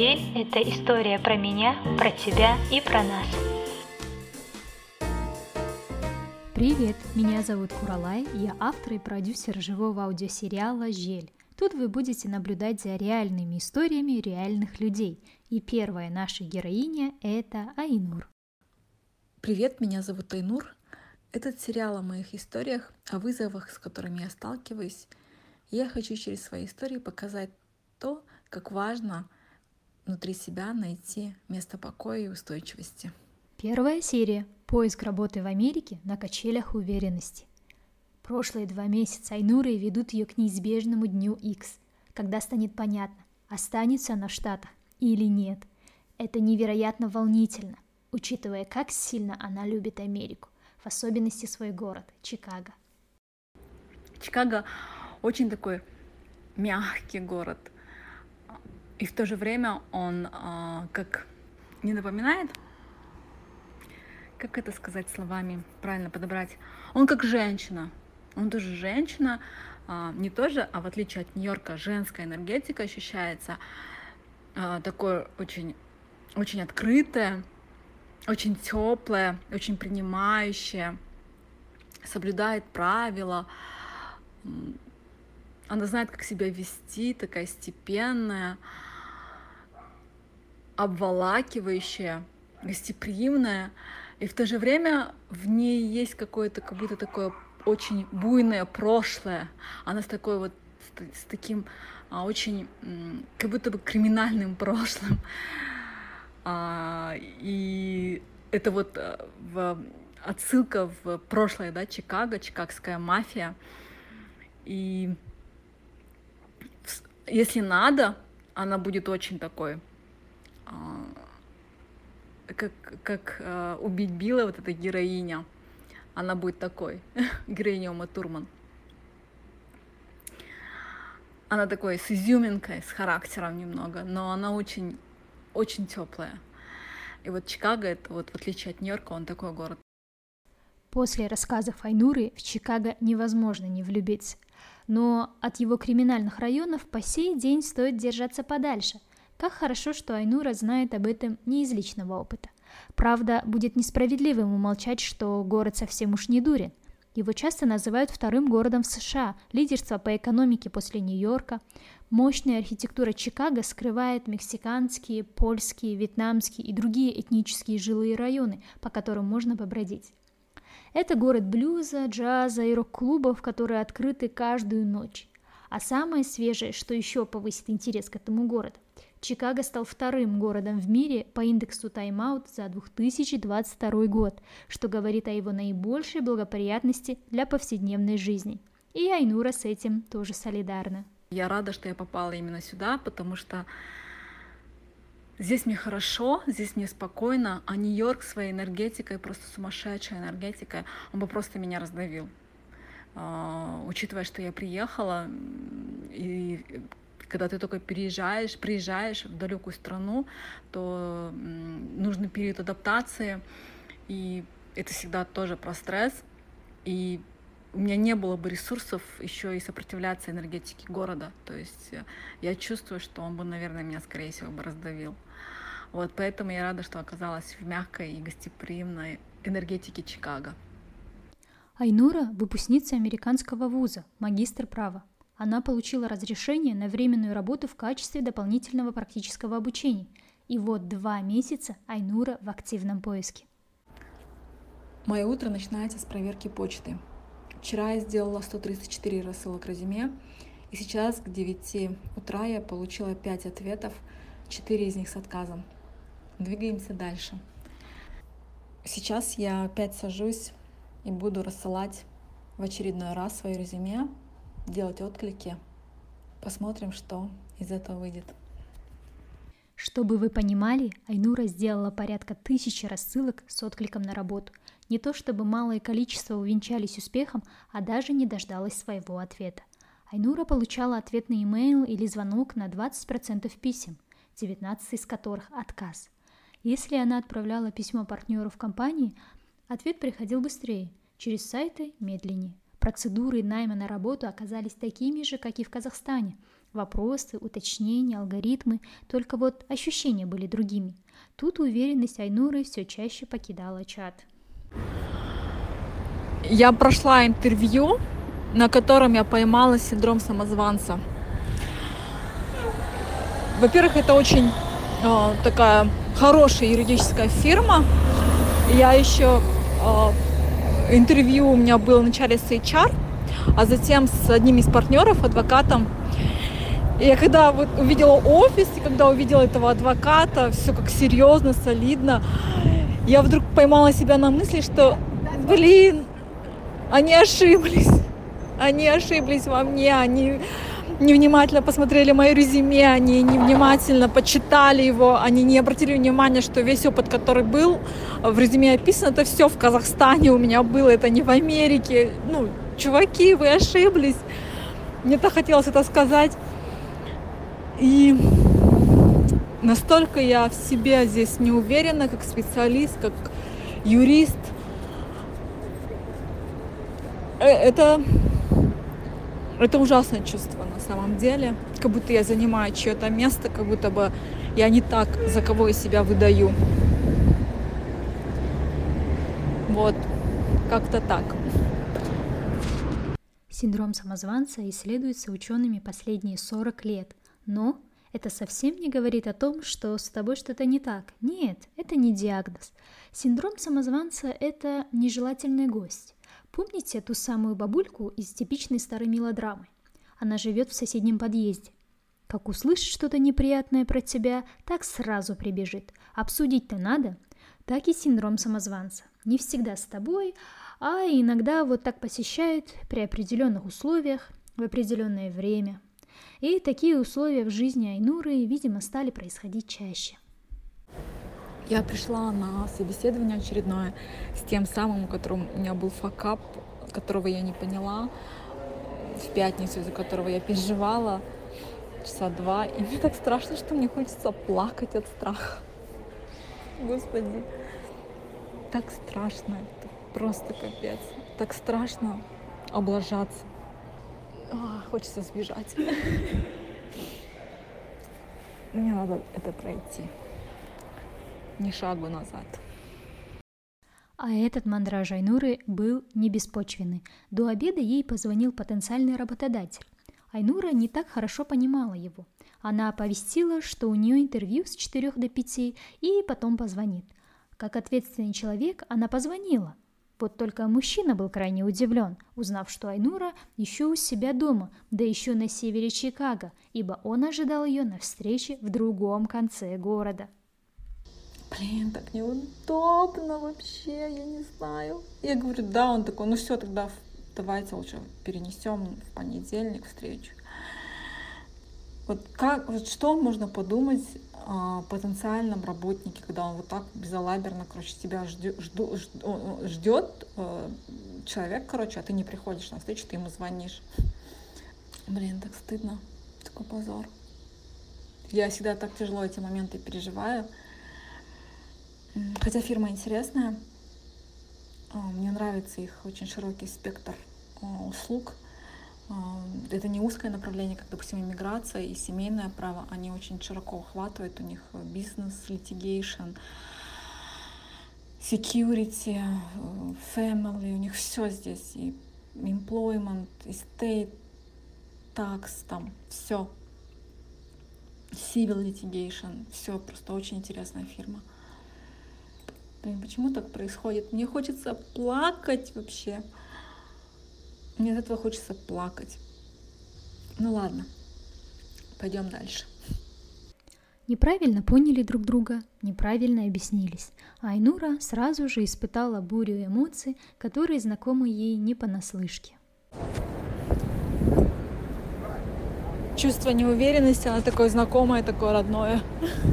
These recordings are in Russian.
Жель – это история про меня, про тебя и про нас. Привет, меня зовут Куралай, я автор и продюсер живого аудиосериала «Жель». Тут вы будете наблюдать за реальными историями реальных людей. И первая наша героиня – это Айнур. Привет, меня зовут Айнур. Этот сериал о моих историях, о вызовах, с которыми я сталкиваюсь. И я хочу через свои истории показать то, как важно внутри себя найти место покоя и устойчивости. Первая серия – поиск работы в Америке на качелях уверенности. Прошлые 2 месяца Айнуры ведут ее к неизбежному дню X, когда станет понятно, останется она в Штатах или нет. Это невероятно волнительно, учитывая, как сильно она любит Америку, в особенности свой город – Чикаго. Чикаго очень такой мягкий город, и в то же время он как не напоминает, как это сказать словами, правильно подобрать, он как женщина, он тоже женщина, не тоже, а в отличие от Нью-Йорка женская энергетика ощущается такое очень, очень открытое, очень теплое, очень принимающее, соблюдает правила. Она знает, как себя вести, такая степенная, обволакивающая, гостеприимная. И в то же время в ней есть какое-то, как будто такое очень буйное прошлое. Она с такой вот, с таким очень, как будто бы криминальным прошлым. И это вот отсылка в прошлое, да, Чикаго, чикагская мафия. И если надо, она будет очень такой, как убить Билла, вот эта героиня, она будет такой, героиня Умы Турман. Она такой с изюминкой, с характером немного, но она очень, очень теплая. И вот Чикаго, это вот в отличие от Нью-Йорка, он такой город. После рассказов Айнуры в Чикаго невозможно не влюбиться. Но от его криминальных районов по сей день стоит держаться подальше. Как хорошо, что Айнура знает об этом не из личного опыта. Правда, будет несправедливым умолчать, что город совсем уж не дурен. Его часто называют вторым городом в США, лидерство по экономике после Нью-Йорка. Мощная архитектура Чикаго скрывает мексиканские, польские, вьетнамские и другие этнические жилые районы, по которым можно побродить. Это город блюза, джаза и рок-клубов, которые открыты каждую ночь. А самое свежее, что еще повысит интерес к этому городу, Чикаго стал вторым городом в мире по индексу Time Out за 2022 год, что говорит о его наибольшей благоприятности для повседневной жизни. И Айнура с этим тоже солидарна. Я рада, что я попала именно сюда, потому что здесь мне хорошо, здесь мне спокойно, а Нью-Йорк своей энергетикой, просто сумасшедшей энергетикой, он бы просто меня раздавил. Учитывая, что я приехала, и когда ты только приезжаешь в далекую страну, то нужен период адаптации, и это всегда тоже про стресс, и у меня не было бы ресурсов еще и сопротивляться энергетике города, то есть я чувствую, что он бы, наверное, меня, скорее всего, бы раздавил. Вот поэтому я рада, что оказалась в мягкой и гостеприимной энергетике Чикаго. Айнура – выпускница американского вуза, магистр права. Она получила разрешение на временную работу в качестве дополнительного практического обучения. И вот 2 месяца Айнура в активном поиске. Мое утро начинается с проверки почты. Вчера я сделала 134 рассылок резюме, и сейчас к 9 утра я получила 5 ответов, 4 из них с отказом. Двигаемся дальше. Сейчас я опять сажусь и буду рассылать в очередной раз свое резюме, делать отклики. Посмотрим, что из этого выйдет. Чтобы вы понимали, Айнура сделала порядка 1000 рассылок с откликом на работу. Не то чтобы малое количество увенчались успехом, а даже не дождалась своего ответа. Айнура получала ответный имейл или звонок на 20% писем, 19 из которых отказ. Если она отправляла письмо партнеру в компании, ответ приходил быстрее, через сайты медленнее. Процедуры найма на работу оказались такими же, как и в Казахстане. Вопросы, уточнения, алгоритмы, только вот ощущения были другими. Тут уверенность Айнуры все чаще покидала чат. Я прошла интервью, на котором я поймала синдром самозванца. Во-первых, это очень такая хорошая юридическая фирма. Я еще интервью у меня было вначале с HR, а затем с одним из партнеров, адвокатом. И я когда вот увидела офис, и когда увидела этого адвоката, все как серьезно, солидно, я вдруг поймала себя на мысли, что, они ошиблись во мне, они невнимательно посмотрели мое резюме, они невнимательно почитали его, они не обратили внимания, что весь опыт, который был в резюме описан, это все в Казахстане у меня было, это не в Америке. Чуваки, вы ошиблись. Мне так хотелось это сказать. И настолько я в себе здесь не уверена, как специалист, как юрист. Это ужасное чувство на самом деле. Как будто я занимаю чье-то место, как будто бы я не так, за кого я себя выдаю. Вот, как-то так. Синдром самозванца исследуется учеными последние 40 лет. Но это совсем не говорит о том, что с тобой что-то не так. Нет, это не диагноз. Синдром самозванца – это нежелательный гость. Помните ту самую бабульку из типичной старой мелодрамы? Она живет в соседнем подъезде. Как услышит что-то неприятное про тебя, так сразу прибежит. Обсудить-то надо. Так и синдром самозванца. Не всегда с тобой, а иногда вот так посещает при определенных условиях, в определенное время. И такие условия в жизни Айнуры, видимо, стали происходить чаще. Я пришла на собеседование очередное с тем самым, у которого у меня был факап, которого я не поняла, в пятницу, из-за которого я переживала часа 2. И мне так страшно, что мне хочется плакать от страха. Господи, так страшно, это просто капец. Так страшно облажаться. Хочется сбежать. Мне надо это пройти. Ни шагу назад. А этот мандраж Айнуры был не беспочвенный. До обеда ей позвонил потенциальный работодатель. Айнура не так хорошо понимала его. Она оповестила, что у нее интервью с 4 до 5, и потом позвонит. Как ответственный человек, она позвонила. Вот только мужчина был крайне удивлен, узнав, что Айнура еще у себя дома, да еще на севере Чикаго, ибо он ожидал ее на встрече в другом конце города. Так неудобно вообще, я не знаю. Я говорю, да, он такой, все, тогда давайте лучше перенесем в понедельник встречу. Вот что можно подумать о потенциальном работнике, когда он вот так безалаберно, тебя ждет человек, а ты не приходишь на встречу, ты ему звонишь. Так стыдно, такой позор. Я всегда так тяжело эти моменты переживаю. Хотя фирма интересная, мне нравится их очень широкий спектр услуг. Это не узкое направление, как, допустим, иммиграция и семейное право. Они очень широко охватывают. У них бизнес, litigation, security, family. У них все здесь. И employment, estate, tax, там все. Civil litigation. Все просто очень интересная фирма. Почему так происходит? Мне хочется плакать вообще. Мне от этого хочется плакать. Ладно, пойдем дальше. Неправильно поняли друг друга, неправильно объяснились. Айнура сразу же испытала бурю эмоций, которые знакомы ей не понаслышке. Чувство неуверенности, оно такое знакомое, такое родное.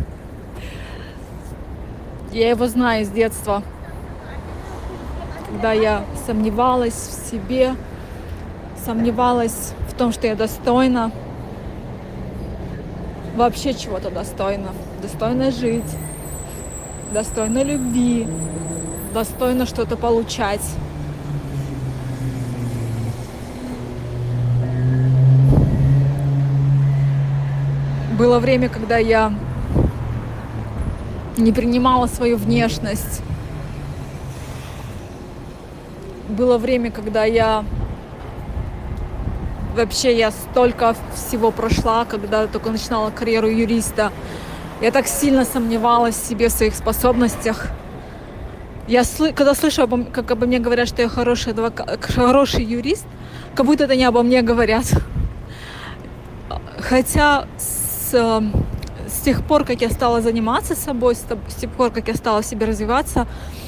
Я его знаю с детства, когда я сомневалась в себе, сомневалась в том, что я достойна, вообще чего-то достойна. Достойна жить, достойна любви, достойна что-то получать. Было время, когда я не принимала свою внешность. Было время, когда я столько всего прошла, когда только начинала карьеру юриста. Я так сильно сомневалась в себе, в своих способностях. Когда слышу, как обо мне говорят, что я хороший юрист, как будто это не обо мне говорят. Хотя с тех пор, как я стала заниматься собой, с тех пор, как я стала в себе развиваться,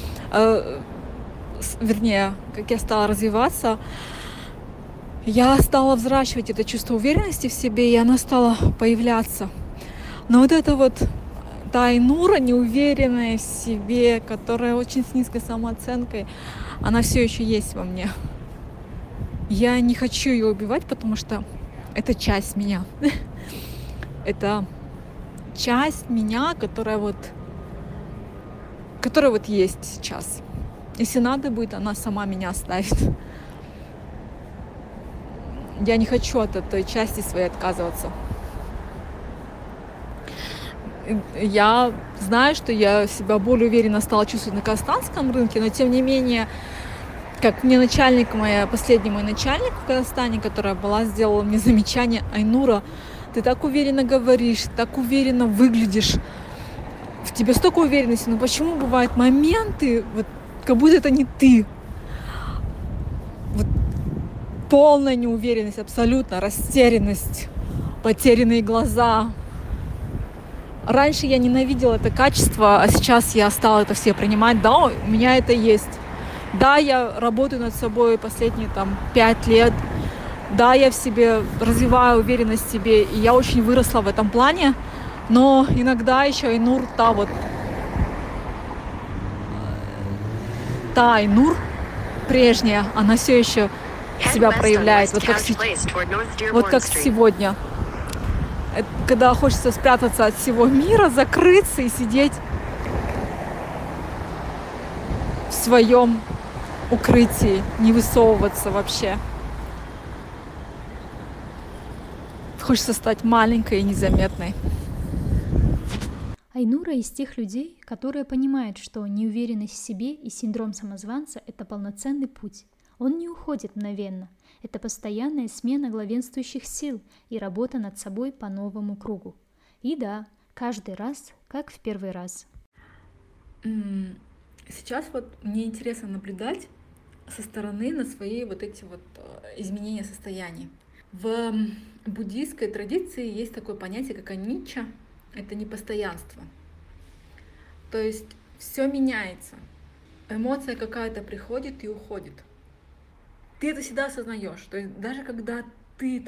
как я стала развиваться, я стала взращивать это чувство уверенности в себе, и оно стало появляться. Но вот это вот та Айнура, неуверенная в себе, которая очень с низкой самооценкой, она все еще есть во мне. Я не хочу ее убивать, потому что это часть меня. Это часть меня, которая вот есть сейчас. Если надо будет, она сама меня оставит. Я не хочу от этой части своей отказываться. Я знаю, что я себя более уверенно стала чувствовать на казахстанском рынке, но тем не менее, как мне последний мой начальник в Казахстане, которая сделала мне замечание: Айнура, ты так уверенно говоришь, так уверенно выглядишь, в тебе столько уверенности, но почему бывают моменты, вот, как будто это не ты? Вот, полная неуверенность, абсолютно, растерянность, потерянные глаза. Раньше я ненавидела это качество, а сейчас я стала это все принимать. Да, у меня это есть. Да, я работаю над собой последние 5 лет. Да, я в себе развиваю уверенность в себе, и я очень выросла в этом плане. Но иногда еще Айнур, та Айнур прежняя, она все еще себя проявляет, вот как сегодня. Когда хочется спрятаться от всего мира, закрыться и сидеть в своем укрытии, не высовываться вообще. Хочется стать маленькой и незаметной. Айнура из тех людей, которые понимают, что неуверенность в себе и синдром самозванца – это полноценный путь. Он не уходит мгновенно. Это постоянная смена главенствующих сил и работа над собой по новому кругу. И да, каждый раз, как в первый раз. Сейчас мне интересно наблюдать со стороны на свои эти изменения состояний. В буддийской традиции есть такое понятие, как аничча. Это непостоянство. То есть все меняется. Эмоция какая-то приходит и уходит. Ты это всегда осознаешь. То есть даже когда ты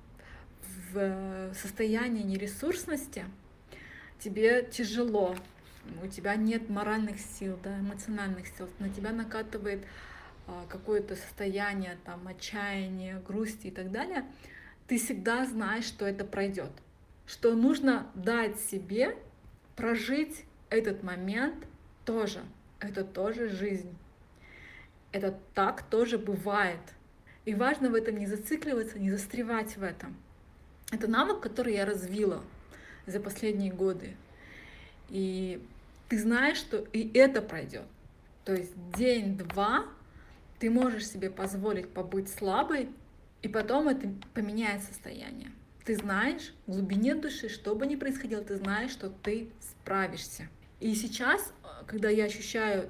в состоянии нересурсности, тебе тяжело, у тебя нет моральных сил, эмоциональных сил, на тебя накатывает какое-то состояние отчаяния, грусти и так далее, ты всегда знаешь, что это пройдет, что нужно дать себе прожить этот момент тоже. Это тоже жизнь. Это так тоже бывает. И важно в этом не зацикливаться, не застревать в этом. Это навык, который я развила за последние годы. И ты знаешь, что и это пройдет. То есть день-два ты можешь себе позволить побыть слабой, и потом это поменяет состояние. Ты знаешь в глубине души, что бы ни происходило, ты знаешь, что ты справишься. И сейчас, когда я ощущаю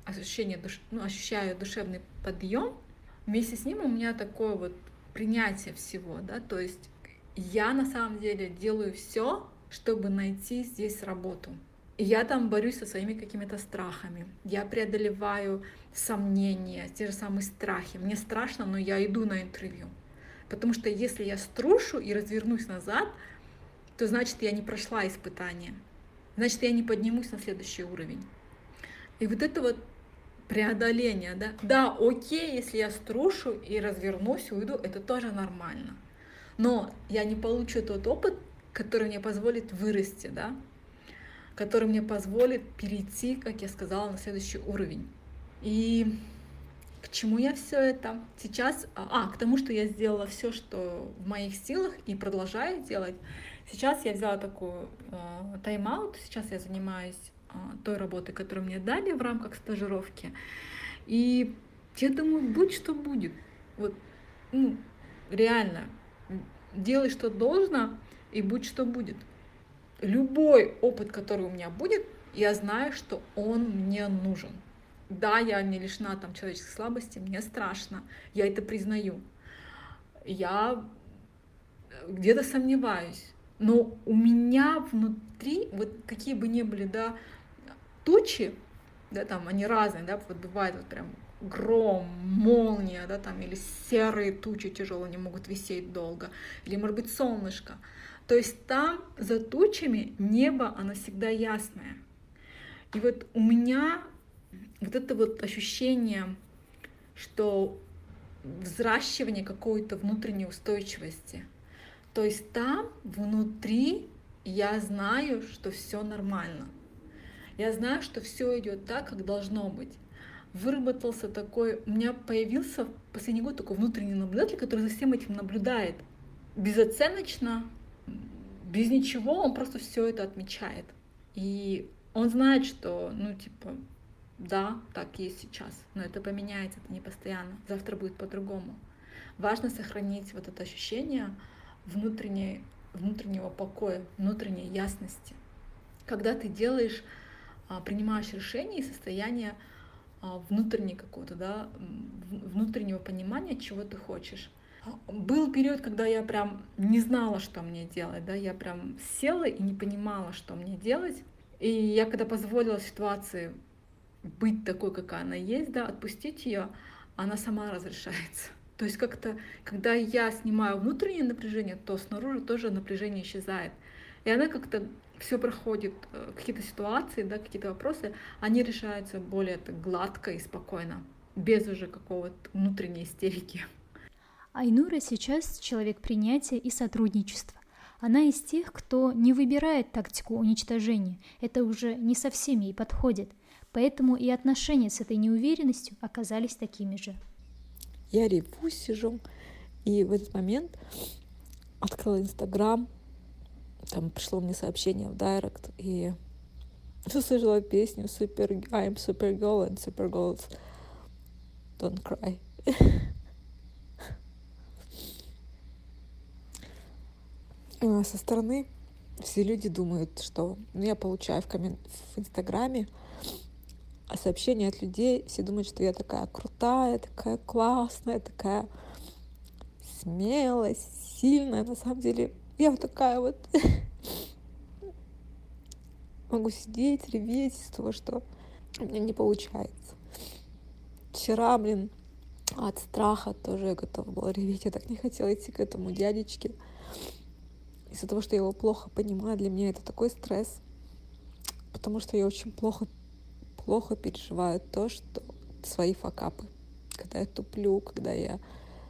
душевный подъем, вместе с ним у меня такое принятие всего, то есть я на самом деле делаю все, чтобы найти здесь работу. И я борюсь со своими какими-то страхами. Я преодолеваю сомнения, те же самые страхи. Мне страшно, но я иду на интервью. Потому что если я струшу и развернусь назад, то значит, я не прошла испытание. Значит, я не поднимусь на следующий уровень. И это преодоление, да, окей, если я струшу и развернусь, уйду, это тоже нормально. Но я не получу тот опыт, который мне позволит вырасти, который мне позволит перейти, как я сказала, на следующий уровень. И К чему я все это? Сейчас, к тому, что я сделала все, что в моих силах, и продолжаю делать. Сейчас я взяла такой тайм-аут, сейчас я занимаюсь той работой, которую мне дали в рамках стажировки. И я думаю, будь что будет. Вот, ну, реально, делай, что должно, и будь что будет. Любой опыт, который у меня будет, я знаю, что он мне нужен. Да, я не лишена там человеческой слабости, мне страшно, я это признаю. Я где-то сомневаюсь, но у меня внутри, вот какие бы ни были, да, тучи, да, там они разные, да, вот бывает вот прям гром, молния, да, там, или серые тучи тяжелые, не могут висеть долго, или, может быть, солнышко. То есть там за тучами небо, оно всегда ясное. И вот у меня вот это вот ощущение, что взращивание какой-то внутренней устойчивости. То есть там внутри я знаю, что все нормально. Я знаю, что все идет так, как должно быть. Выработался такой, у меня появился в последний год такой внутренний наблюдатель, который за всем этим наблюдает. Безоценочно, без ничего, он просто все это отмечает. И он знает, что, ну, типа, да, так есть сейчас, но это поменяется, это не постоянно. Завтра будет по-другому. Важно сохранить вот это ощущение внутреннего покоя, внутренней ясности. Когда ты делаешь, принимаешь решение из состояния внутреннего какого-то, да, внутреннего понимания, чего ты хочешь. Был период, когда я прям не знала, что мне делать, да, я прям села и не понимала, что мне делать. И я когда позволила ситуации быть такой, какая она есть, да, отпустить ее, она сама разрешается. То есть как-то, когда я снимаю внутреннее напряжение, то снаружи тоже напряжение исчезает. И она как-то все проходит, какие-то ситуации, да, какие-то вопросы, они решаются более так гладко и спокойно, без уже какого-то внутренней истерики. Айнура сейчас человек принятия и сотрудничества. Она из тех, кто не выбирает тактику уничтожения. Это уже не совсем ей подходит. Поэтому и отношения с этой неуверенностью оказались такими же. Я реву, сижу, и в этот момент открыла Инстаграм, там пришло мне сообщение в директ, и услышала песню I'm Supergirl and Supergirls Don't Cry. Со стороны все люди думают, что я получаю в Инстаграме сообщения от людей, все думают, что я такая крутая, такая классная, такая смелая, сильная. На самом деле я вот такая вот могу сидеть, реветь из того, что у меня не получается. Вчера, от страха тоже я готова была реветь. Я так не хотела идти к этому дядечке. Из-за того, что я его плохо понимаю, для меня это такой стресс. Потому что я очень плохо переживаю то, что свои факапы. Когда я туплю, когда я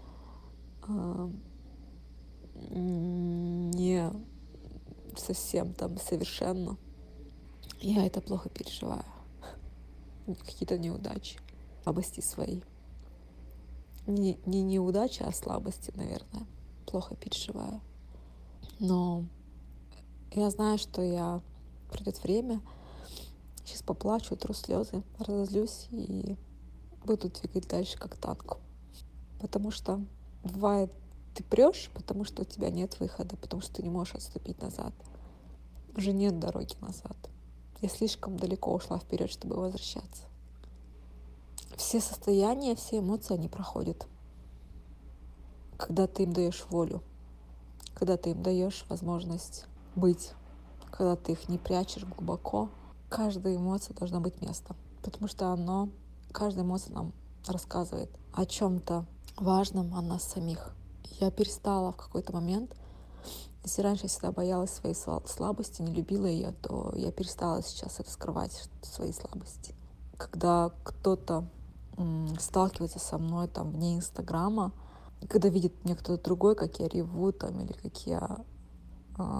не совсем там совершенно. Я это плохо переживаю. Какие-то неудачи, слабости свои. Не неудачи, а слабости, наверное. Плохо переживаю. Но я знаю, что придет время, сейчас поплачу, утру слезы, разозлюсь и буду двигать дальше как танк. Потому что бывает, ты прешь, потому что у тебя нет выхода, потому что ты не можешь отступить назад. Уже нет дороги назад. Я слишком далеко ушла вперед, чтобы возвращаться. Все состояния, все эмоции, они проходят. Когда ты им даешь волю, когда ты им даешь возможность быть, когда ты их не прячешь глубоко, каждая эмоция должна быть местом, потому что каждая эмоция нам рассказывает о чем-то важном о нас самих. Я перестала в какой-то момент, если раньше я всегда боялась своей слабости, не любила ее, то я перестала сейчас раскрывать свои слабости. Когда кто-то сталкивается со мной там вне Инстаграма, когда видит меня кто-то другой, как я реву там, или как я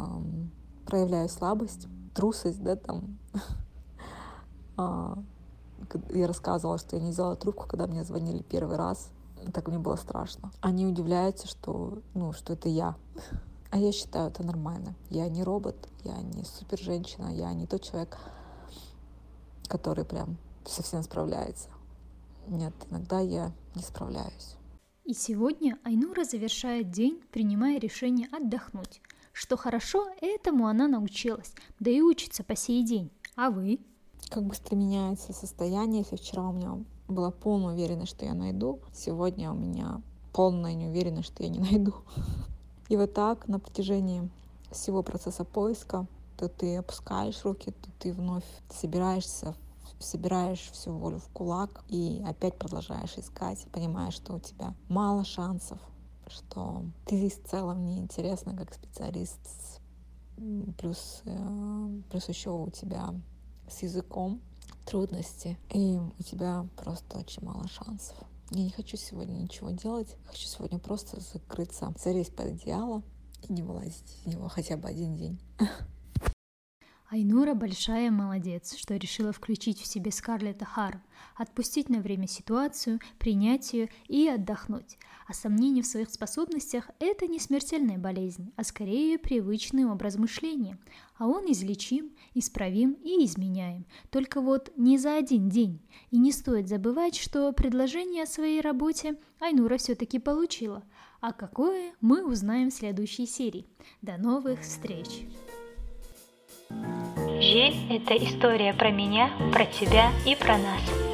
проявляю слабость, трусость, да, там, Я рассказывала, что я не взяла трубку, когда мне звонили первый раз. Так мне было страшно. Они удивляются, что это я. А я считаю, это нормально. Я не робот, я не супер женщина, я не тот человек, который прям совсем справляется. Нет, иногда я не справляюсь. И сегодня Айнура завершает день, принимая решение отдохнуть. Что хорошо, этому она научилась, да и учится по сей день. А вы? Как быстро меняется состояние. Если вчера у меня была полная уверенность, что я найду, сегодня у меня полная неуверенность, что я не найду. И вот так на протяжении всего процесса поиска, то ты опускаешь руки, то ты вновь собираешь всю волю в кулак и опять продолжаешь искать, понимаешь, что у тебя мало шансов, что ты в целом неинтересна как специалист, плюс еще у тебя с языком трудности, и у тебя просто очень мало шансов. Я не хочу сегодня ничего делать, хочу сегодня просто закрыться, залезть под одеяло и не вылазить из него хотя бы один день. Айнура большая молодец, что решила включить в себе Скарлетт О'Хару, отпустить на время ситуацию, принять ее и отдохнуть. А сомнение в своих способностях – это не смертельная болезнь, а скорее привычный образ мышления. А он излечим, исправим и изменяем. Только вот не за один день. И не стоит забывать, что предложение о своей работе Айнура все-таки получила. А какое, мы узнаем в следующей серии. До новых встреч! Жель – это история про меня, про тебя и про нас.